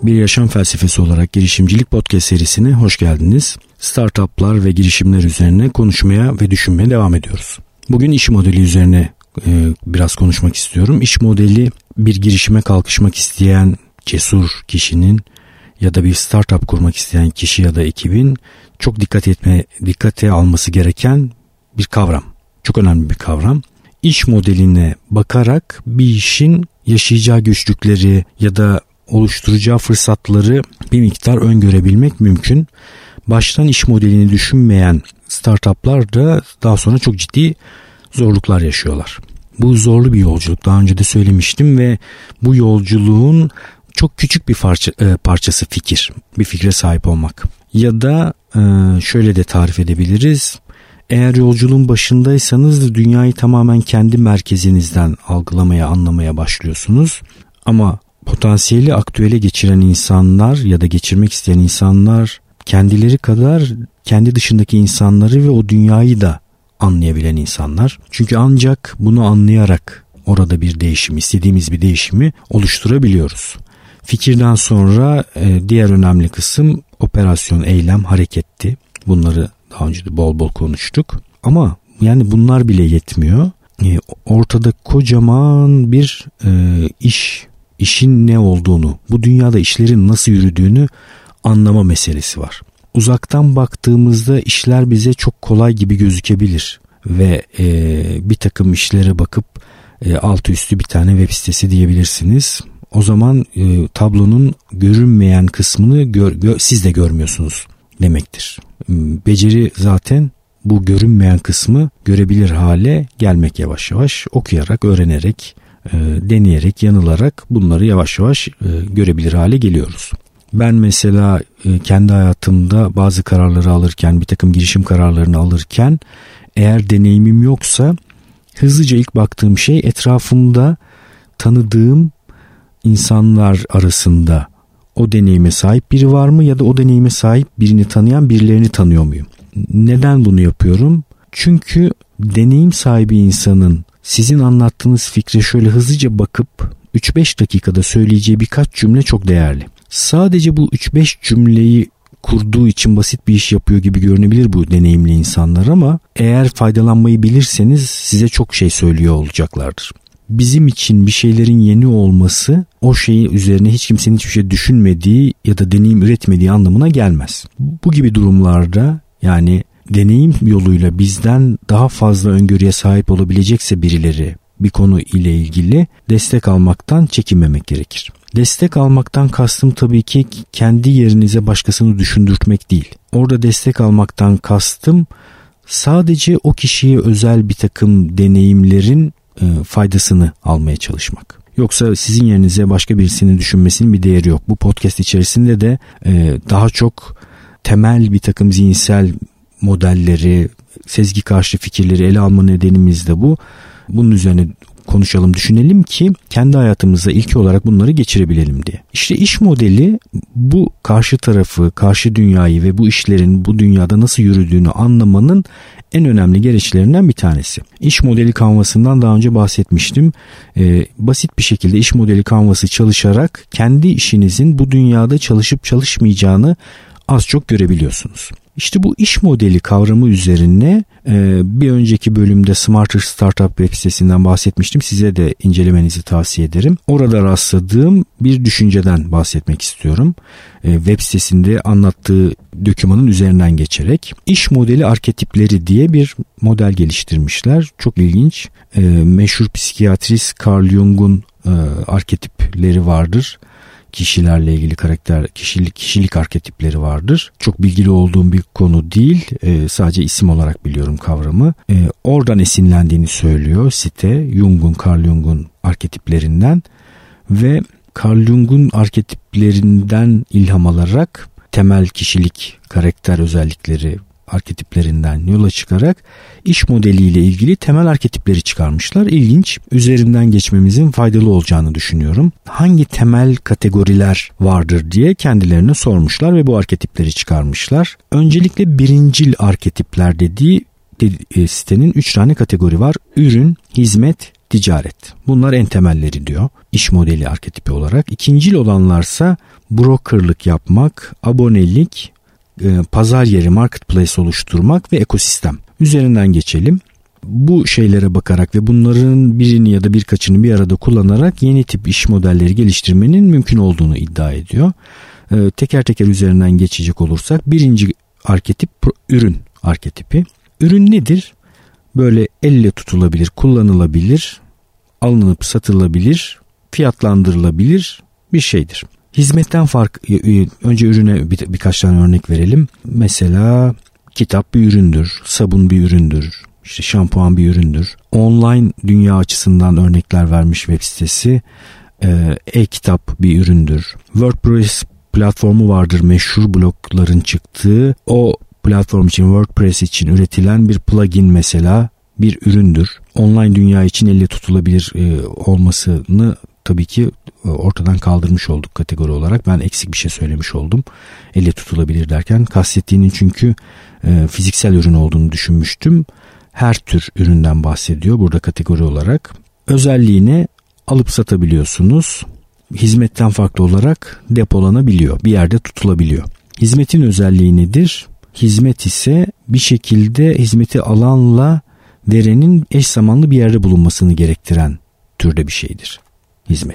Bir yaşam felsefesi olarak girişimcilik podcast serisine hoş geldiniz. Startuplar ve girişimler üzerine konuşmaya ve düşünmeye devam ediyoruz. Bugün iş modeli üzerine biraz konuşmak istiyorum. İş modeli bir girişime kalkışmak isteyen cesur kişinin ya da bir startup kurmak isteyen kişi ya da ekibin çok dikkate alması gereken bir kavram. Çok önemli bir kavram. İş modeline bakarak bir işin yaşayacağı güçlükleri ya da oluşturacağı fırsatları bir miktar öngörebilmek mümkün. Baştan iş modelini düşünmeyen startuplar da daha sonra çok ciddi zorluklar yaşıyorlar. Bu zorlu bir yolculuk. Daha önce de söylemiştim ve bu yolculuğun çok küçük bir parçası fikir. Bir fikre sahip olmak. Ya da şöyle de tarif edebiliriz. Eğer yolculuğun başındaysanız dünyayı tamamen kendi merkezinizden algılamaya, anlamaya başlıyorsunuz. Ama potansiyeli aktüele geçiren insanlar ya da geçirmek isteyen insanlar kendileri kadar kendi dışındaki insanları ve o dünyayı da anlayabilen insanlar. Çünkü ancak bunu anlayarak orada bir değişim, istediğimiz bir değişimi oluşturabiliyoruz. Fikirden sonra diğer önemli kısım operasyon, eylem, hareketti. Bunları daha önce de bol bol konuştuk. Ama yani bunlar bile yetmiyor. Ortada kocaman bir işin ne olduğunu, bu dünyada işlerin nasıl yürüdüğünü anlama meselesi var. Uzaktan baktığımızda işler bize çok kolay gibi gözükebilir ve bir takım işlere bakıp altı üstü bir tane web sitesi diyebilirsiniz. O zaman tablonun görünmeyen kısmını siz de görmüyorsunuz demektir. Beceri zaten bu görünmeyen kısmı görebilir hale gelmek yavaş yavaş, okuyarak, öğrenerek, deneyerek, yanılarak bunları yavaş yavaş görebilir hale geliyoruz. Ben mesela kendi hayatımda bazı kararları alırken, bir takım girişim kararlarını alırken eğer deneyimim yoksa hızlıca ilk baktığım şey etrafımda tanıdığım insanlar arasında o deneyime sahip biri var mı ya da o deneyime sahip birini tanıyan birilerini tanıyor muyum? Neden bunu yapıyorum? Çünkü deneyim sahibi insanın sizin anlattığınız fikre şöyle hızlıca bakıp 3-5 dakikada söyleyeceği birkaç cümle çok değerli. Sadece bu 3-5 cümleyi kurduğu için basit bir iş yapıyor gibi görünebilir bu deneyimli insanlar ama eğer faydalanmayı bilirseniz size çok şey söylüyor olacaklardır. Bizim için bir şeylerin yeni olması o şeyin üzerine hiç kimsenin hiçbir şey düşünmediği ya da deneyim üretmediği anlamına gelmez. Bu gibi durumlarda yani deneyim yoluyla bizden daha fazla öngörüye sahip olabilecekse birileri bir konu ile ilgili destek almaktan çekinmemek gerekir. Destek almaktan kastım tabii ki kendi yerinize başkasını düşündürtmek değil. Orada destek almaktan kastım sadece o kişiye özel bir takım deneyimlerin faydasını almaya çalışmak. Yoksa sizin yerinize başka birisinin düşünmesinin bir değeri yok. Bu podcast içerisinde de daha çok temel bir takım zihinsel modelleri, sezgi karşı fikirleri ele alma nedenimiz de bu. Bunun üzerine konuşalım, düşünelim ki kendi hayatımıza ilki olarak bunları geçirebilelim diye. İşte iş modeli bu karşı tarafı, karşı dünyayı ve bu işlerin bu dünyada nasıl yürüdüğünü anlamanın en önemli gereçlerinden bir tanesi. İş modeli kanvasından daha önce bahsetmiştim. Basit bir şekilde iş modeli kanvası çalışarak kendi işinizin bu dünyada çalışıp çalışmayacağını az çok görebiliyorsunuz. İşte bu iş modeli kavramı üzerine bir önceki bölümde Smarter Startup web sitesinden bahsetmiştim. Size de incelemenizi tavsiye ederim. Orada rastladığım bir düşünceden bahsetmek istiyorum. Web sitesinde anlattığı dokümanın üzerinden geçerek iş modeli arketipleri diye bir model geliştirmişler. Çok ilginç. Meşhur psikiyatrist Carl Jung'un arketipleri vardır. Kişilerle ilgili kişilik arketipleri vardır. Çok bilgili olduğum bir konu değil. Sadece isim olarak biliyorum kavramı. Oradan esinlendiğini söylüyor site. Carl Jung'un arketiplerinden ve Carl Jung'un arketiplerinden ilham alarak temel kişilik, karakter özellikleri arketiplerinden yola çıkarak iş modeliyle ilgili temel arketipleri çıkarmışlar. İlginç. Üzerinden geçmemizin faydalı olacağını düşünüyorum. Hangi temel kategoriler vardır diye kendilerine sormuşlar ve bu arketipleri çıkarmışlar. Öncelikle birincil arketipler dediği sitenin 3 tane kategori var. Ürün, hizmet, ticaret. Bunlar en temelleri diyor iş modeli arketipi olarak. İkincil olanlarsa brokerlık yapmak, abonelik, pazar yeri, marketplace oluşturmak ve ekosistem üzerinden geçelim. Bu şeylere bakarak ve bunların birini ya da birkaçını bir arada kullanarak yeni tip iş modelleri geliştirmenin mümkün olduğunu iddia ediyor. Teker teker üzerinden geçecek olursak birinci arketip ürün arketipi. Ürün nedir? Böyle elle tutulabilir, kullanılabilir, alınıp satılabilir, fiyatlandırılabilir bir şeydir. Hizmetten önce ürüne birkaç tane örnek verelim. Mesela kitap bir üründür, sabun bir üründür, işte şampuan bir üründür. Online dünya açısından örnekler vermiş web sitesi, e-kitap bir üründür. WordPress platformu vardır, meşhur blogların çıktığı. O platform için, WordPress için üretilen bir plugin mesela bir üründür. Online dünya için elle tutulabilir olmasını tabii ki ortadan kaldırmış olduk kategori olarak. Ben eksik bir şey söylemiş oldum. Elle tutulabilir derken kastettiğinin çünkü fiziksel ürün olduğunu düşünmüştüm. Her tür üründen bahsediyor burada kategori olarak. Özelliğine alıp satabiliyorsunuz. Hizmetten farklı olarak depolanabiliyor. Bir yerde tutulabiliyor. Hizmetin özelliği nedir? Hizmet ise bir şekilde hizmeti alanla verenin eş zamanlı bir yerde bulunmasını gerektiren türde bir şeydir hizmet.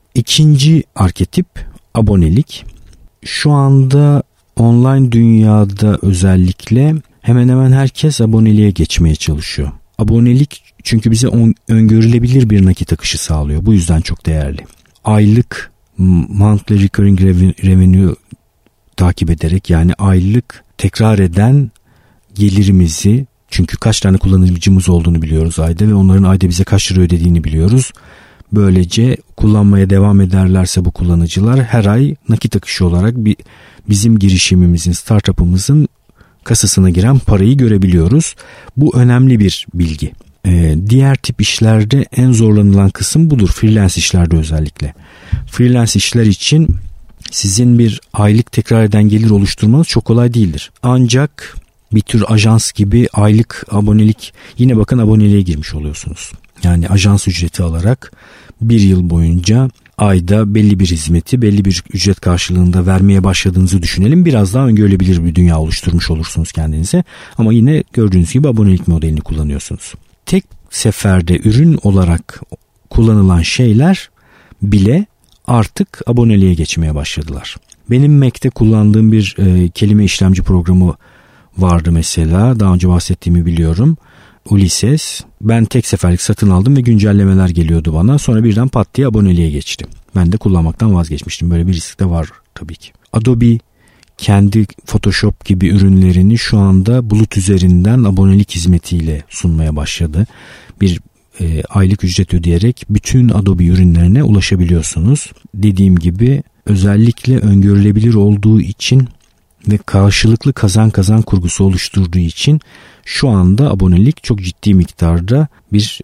İkinci arketip abonelik. Şu anda online dünyada özellikle hemen hemen herkes aboneliğe geçmeye çalışıyor. Abonelik çünkü bize öngörülebilir bir nakit akışı sağlıyor. Bu yüzden çok değerli. Aylık monthly recurring revenue takip ederek, yani aylık tekrar eden gelirimizi, çünkü kaç tane kullanıcımız olduğunu biliyoruz ayda ve onların ayda bize kaç lira ödediğini biliyoruz. Böylece kullanmaya devam ederlerse bu kullanıcılar her ay nakit akışı olarak bizim girişimimizin, startup'ımızın kasasına giren parayı görebiliyoruz. Bu önemli bir bilgi. Diğer tip işlerde en zorlanılan kısım budur. Freelance işlerde özellikle. Freelance işler için sizin bir aylık tekrar eden gelir oluşturmanız çok kolay değildir. Ancak bir tür ajans gibi aylık abonelik, yine bakın aboneliğe girmiş oluyorsunuz. Yani ajans ücreti alarak bir yıl boyunca ayda belli bir hizmeti belli bir ücret karşılığında vermeye başladığınızı düşünelim. Biraz daha öngörülebilir bir dünya oluşturmuş olursunuz kendinize. Ama yine gördüğünüz gibi abonelik modelini kullanıyorsunuz. Tek seferde ürün olarak kullanılan şeyler bile artık aboneliğe geçmeye başladılar. Benim Mac'te kullandığım bir kelime işlemci programı vardı mesela. Daha önce bahsettiğimi biliyorum. Ulysses. Ben tek seferlik satın aldım ve güncellemeler geliyordu bana. Sonra birden pat diye aboneliğe geçtim. Ben de kullanmaktan vazgeçmiştim. Böyle bir risk de var tabii ki. Adobe kendi Photoshop gibi ürünlerini şu anda bulut üzerinden abonelik hizmetiyle sunmaya başladı. Bir aylık ücret ödeyerek bütün Adobe ürünlerine ulaşabiliyorsunuz. Dediğim gibi özellikle öngörülebilir olduğu için ve karşılıklı kazan kazan kurgusu oluşturduğu için şu anda abonelik çok ciddi miktarda bir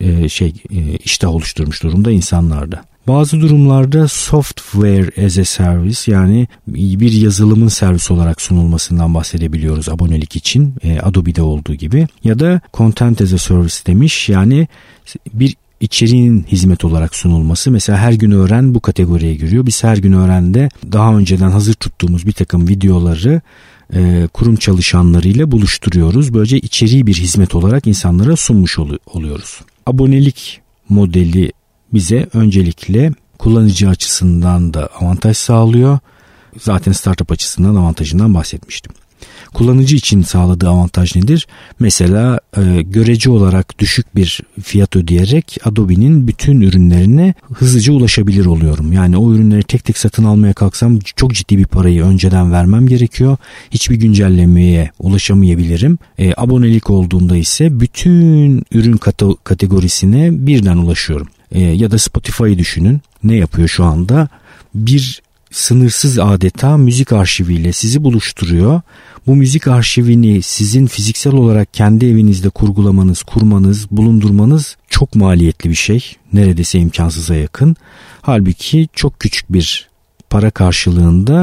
iştah oluşturmuş durumda insanlarda. Bazı durumlarda software as a service, yani bir yazılımın servis olarak sunulmasından bahsedebiliyoruz abonelik için, Adobe'de olduğu gibi, ya da content as a service demiş, yani bir içeriğin hizmet olarak sunulması. Mesela Her Gün Öğren bu kategoriye giriyor. Biz Her Gün Öğren'de daha önceden hazır tuttuğumuz bir takım videoları kurum çalışanlarıyla buluşturuyoruz. Böylece içeriği bir hizmet olarak insanlara sunmuş oluyoruz. Abonelik modeli bize öncelikle kullanıcı açısından da avantaj sağlıyor. Zaten startup açısından avantajından bahsetmiştim. Kullanıcı için sağladığı avantaj nedir? Mesela görece olarak düşük bir fiyat ödeyerek Adobe'nin bütün ürünlerine hızlıca ulaşabilir oluyorum. Yani o ürünleri tek tek satın almaya kalksam çok ciddi bir parayı önceden vermem gerekiyor. Hiçbir güncellemeye ulaşamayabilirim. Abonelik olduğunda ise bütün ürün kategorisine birden ulaşıyorum. Ya da Spotify'ı düşünün. Ne yapıyor şu anda? Bir sınırsız adeta müzik arşiviyle sizi buluşturuyor. Bu müzik arşivini sizin fiziksel olarak kendi evinizde kurgulamanız, kurmanız, bulundurmanız çok maliyetli bir şey. Neredeyse imkansıza yakın. Halbuki çok küçük bir para karşılığında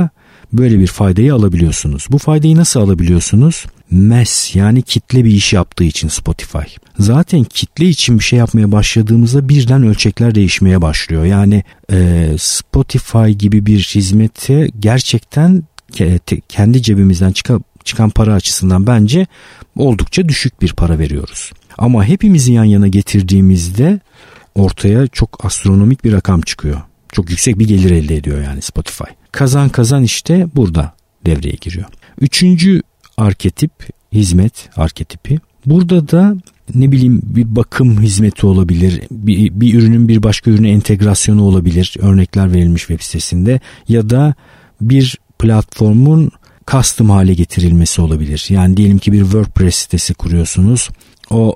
böyle bir faydayı alabiliyorsunuz. Bu faydayı nasıl alabiliyorsunuz? Mass, yani kitle bir iş yaptığı için Spotify. Zaten kitle için bir şey yapmaya başladığımızda birden ölçekler değişmeye başlıyor. Yani Spotify gibi bir hizmete gerçekten kendi cebimizden çıkan para açısından bence oldukça düşük bir para veriyoruz. Ama hepimizi yan yana getirdiğimizde ortaya çok astronomik bir rakam çıkıyor. Çok yüksek bir gelir elde ediyor yani Spotify. Kazan kazan işte burada devreye giriyor. Üçüncü arketip, hizmet arketipi. Burada da bir bakım hizmeti olabilir. Bir ürünün bir başka ürüne entegrasyonu olabilir. Örnekler verilmiş web sitesinde. Ya da bir platformun custom hale getirilmesi olabilir. Yani diyelim ki bir WordPress sitesi kuruyorsunuz. O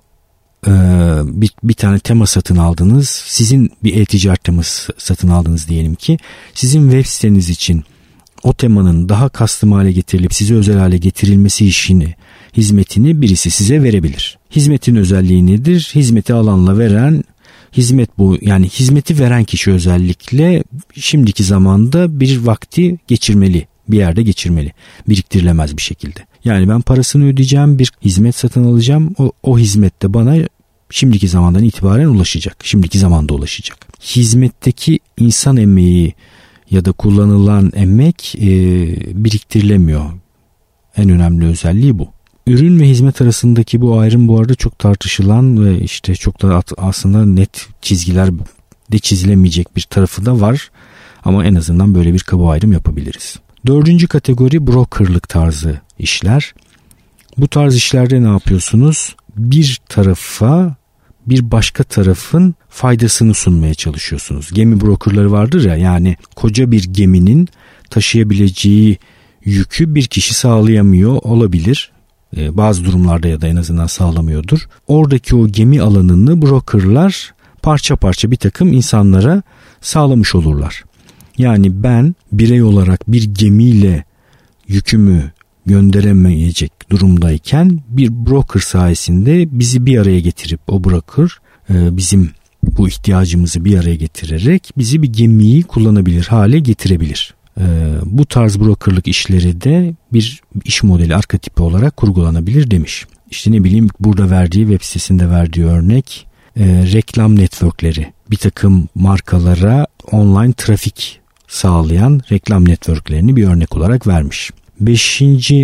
bir tane tema satın aldınız. Sizin bir e-ticaret teması satın aldınız diyelim ki. Sizin web siteniz için o temanın daha custom hale getirilip size özel hale getirilmesi hizmetini birisi size verebilir. Hizmetin özelliği nedir? Hizmeti alanla veren, hizmet bu. Yani hizmeti veren kişi özellikle şimdiki zamanda bir vakti geçirmeli. Bir yerde geçirmeli. Biriktirilemez bir şekilde. Yani ben parasını ödeyeceğim, bir hizmet satın alacağım. O hizmet de bana şimdiki zamandan itibaren ulaşacak. Şimdiki zamanda ulaşacak. Hizmetteki insan emeği ya da kullanılan emek biriktirilemiyor. En önemli özelliği bu. Ürün ve hizmet arasındaki bu ayrım bu arada çok tartışılan ve işte çok da aslında net çizgilerde çizilemeyecek bir tarafı da var. Ama en azından böyle bir kaba ayrım yapabiliriz. Dördüncü kategori brokerlık tarzı işler. Bu tarz işlerde ne yapıyorsunuz? Bir tarafa bir başka tarafın faydasını sunmaya çalışıyorsunuz. Gemi brokerları vardır ya, yani koca bir geminin taşıyabileceği yükü bir kişi sağlayamıyor olabilir. Bazı durumlarda ya da en azından sağlamıyordur. Oradaki o gemi alanını brokerlar parça parça bir takım insanlara sağlamış olurlar. Yani ben birey olarak bir gemiyle yükümü gönderemeyecek durumdayken bir broker sayesinde bizi bir araya getirip o broker bizim bu ihtiyacımızı bir araya getirerek bizi bir gemiyi kullanabilir hale getirebilir. Bu tarz brokerlık işleri de bir iş modeli arketipi olarak kurgulanabilir demiş. İşte burada verdiği web sitesinde verdiği örnek reklam networkleri, bir takım markalara online trafik sağlayan reklam networklerini bir örnek olarak vermiş. 5.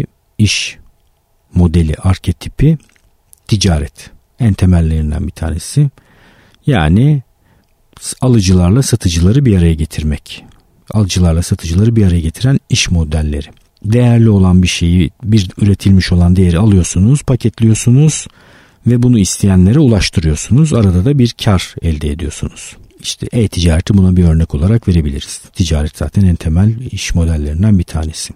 iş modeli arketipi ticaret. En temellerinden bir tanesi. Yani alıcılarla satıcıları bir araya getirmek. Alıcılarla satıcıları bir araya getiren iş modelleri. Değerli olan bir şeyi, bir üretilmiş olan değeri alıyorsunuz, paketliyorsunuz ve bunu isteyenlere ulaştırıyorsunuz. Arada da bir kar elde ediyorsunuz. İşte e-ticareti buna bir örnek olarak verebiliriz. Ticaret zaten en temel iş modellerinden bir tanesi.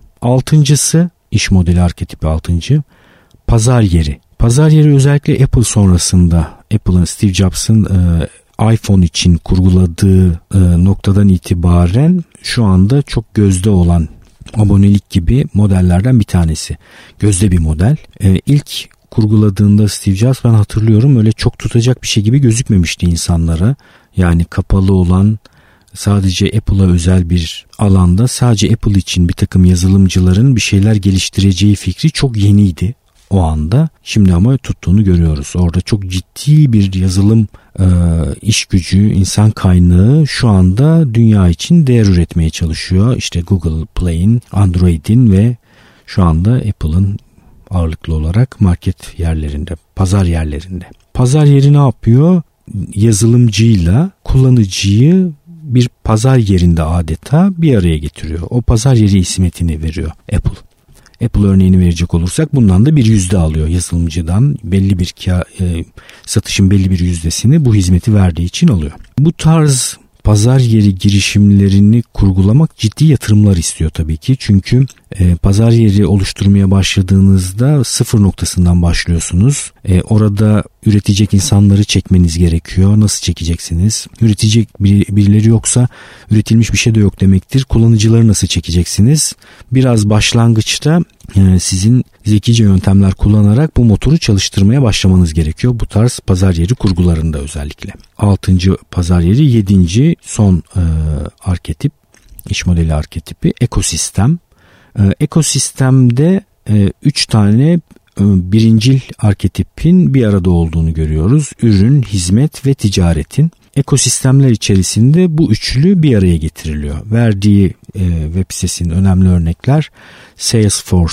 6. iş modeli arketipi 6. Pazar yeri. Pazar yeri özellikle Apple sonrasında, Apple'ın, Steve Jobs'ın iPhone için kurguladığı noktadan itibaren şu anda çok gözde olan abonelik gibi modellerden bir tanesi. Gözde bir model. İlk kurguladığında Steve Jobs, ben hatırlıyorum, öyle çok tutacak bir şey gibi gözükmemişti insanlara. Yani kapalı olan, sadece Apple'a özel bir alanda sadece Apple için bir takım yazılımcıların bir şeyler geliştireceği fikri çok yeniydi o anda. Şimdi ama tuttuğunu görüyoruz. Orada çok ciddi bir yazılım iş gücü, insan kaynağı şu anda dünya için değer üretmeye çalışıyor. İşte Google Play'in, Android'in ve şu anda Apple'ın ağırlıklı olarak market yerlerinde, pazar yerlerinde. Pazar yeri ne yapıyor? Yazılımcıyla kullanıcıyı bir pazar yerinde adeta bir araya getiriyor. O pazar yeri hizmetini veriyor Apple. Apple örneğini verecek olursak bundan da bir yüzde alıyor yazılımcıdan. Belli bir satışın belli bir yüzdesini bu hizmeti verdiği için alıyor. Bu tarz pazar yeri girişimlerini kurgulamak ciddi yatırımlar istiyor tabii ki. Çünkü pazar yeri oluşturmaya başladığınızda sıfır noktasından başlıyorsunuz. Orada üretecek insanları çekmeniz gerekiyor. Nasıl çekeceksiniz? Üretecek birileri yoksa üretilmiş bir şey de yok demektir. Kullanıcıları nasıl çekeceksiniz? Biraz başlangıçta sizin zekice yöntemler kullanarak bu motoru çalıştırmaya başlamanız gerekiyor. Bu tarz pazar yeri kurgularında özellikle. 6. pazar yeri, 7. son arketip, iş modeli arketipi ekosistem. Ekosistemde 3 tane birincil arketipin bir arada olduğunu görüyoruz. Ürün, hizmet ve ticaretin. Ekosistemler içerisinde bu üçlü bir araya getiriliyor. Verdiği web sitesinin önemli örnekler Salesforce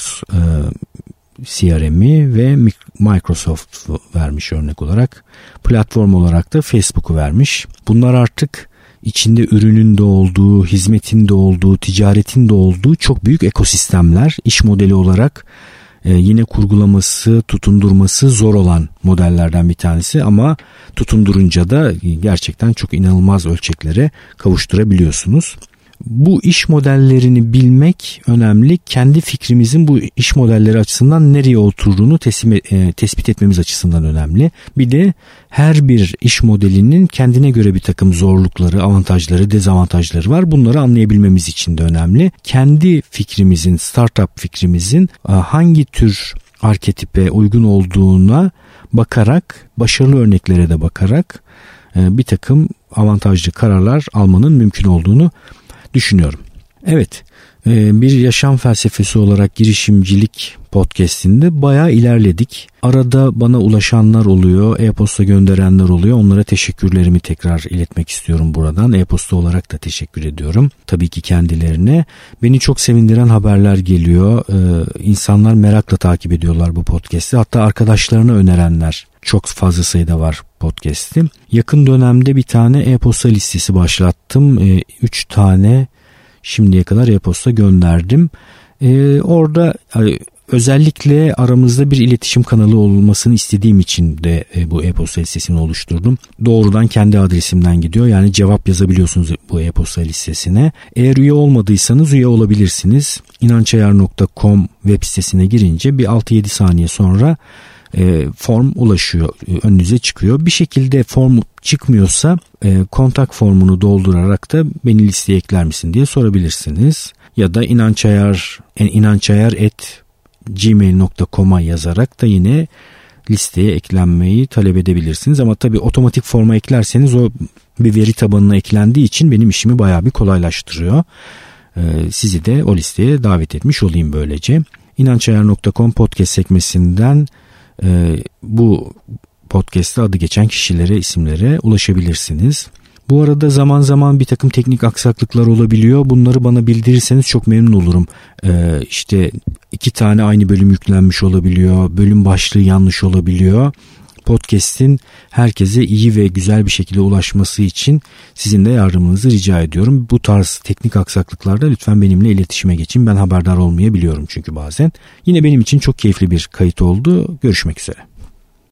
CRM'i ve Microsoft vermiş örnek olarak. Platform olarak da Facebook'u vermiş. Bunlar artık içinde ürünün de olduğu, hizmetin de olduğu, ticaretin de olduğu çok büyük ekosistemler. İş modeli olarak yine kurgulaması, tutundurması zor olan modellerden bir tanesi ama tutundurunca da gerçekten çok inanılmaz ölçeklere kavuşturabiliyorsunuz. Bu iş modellerini bilmek önemli. Kendi fikrimizin bu iş modelleri açısından nereye oturduğunu tespit etmemiz açısından önemli. Bir de her bir iş modelinin kendine göre bir takım zorlukları, avantajları, dezavantajları var. Bunları anlayabilmemiz için de önemli. Kendi fikrimizin, startup fikrimizin hangi tür arketipe uygun olduğuna bakarak, başarılı örneklere de bakarak bir takım avantajlı kararlar almanın mümkün olduğunu düşünüyorum. Evet, bir yaşam felsefesi olarak girişimcilik podcast'inde bayağı ilerledik. Arada bana ulaşanlar oluyor, e-posta gönderenler oluyor. Onlara teşekkürlerimi tekrar iletmek istiyorum buradan. E-posta olarak da teşekkür ediyorum. Tabii ki kendilerine. Beni çok sevindiren haberler geliyor. İnsanlar merakla takip ediyorlar bu podcast'i. Hatta arkadaşlarına önerenler çok fazla sayıda var podcast'i. Yakın dönemde bir tane e-posta listesi başlattım. 3 tane şimdiye kadar e-posta gönderdim. Orada özellikle aramızda bir iletişim kanalı olmasını istediğim için de bu e-posta listesini oluşturdum. Doğrudan kendi adresimden gidiyor. Yani cevap yazabiliyorsunuz bu e-posta listesine. Eğer üye olmadıysanız üye olabilirsiniz. inançayar.com web sitesine girince bir 6-7 saniye sonra form ulaşıyor, önünüze çıkıyor. Bir şekilde form çıkmıyorsa kontak formunu doldurarak da beni listeye ekler misin diye sorabilirsiniz. Ya da inançayar@gmail.com'a yazarak da yine listeye eklenmeyi talep edebilirsiniz. Ama tabii otomatik forma eklerseniz o bir veri tabanına eklendiği için benim işimi bayağı bir kolaylaştırıyor. Sizi de o listeye davet etmiş olayım böylece. inançayar.com podcast sekmesinden bu podcast'te adı geçen kişilere, isimlere ulaşabilirsiniz. Bu arada zaman zaman bir takım teknik aksaklıklar olabiliyor. Bunları bana bildirirseniz çok memnun olurum. İşte 2 tane aynı bölüm yüklenmiş olabiliyor. Bölüm başlığı yanlış olabiliyor. Podcast'in herkese iyi ve güzel bir şekilde ulaşması için sizin de yardımınızı rica ediyorum. Bu tarz teknik aksaklıklarda lütfen benimle iletişime geçin. Ben haberdar olmayabiliyorum çünkü bazen. Yine benim için çok keyifli bir kayıt oldu. Görüşmek üzere.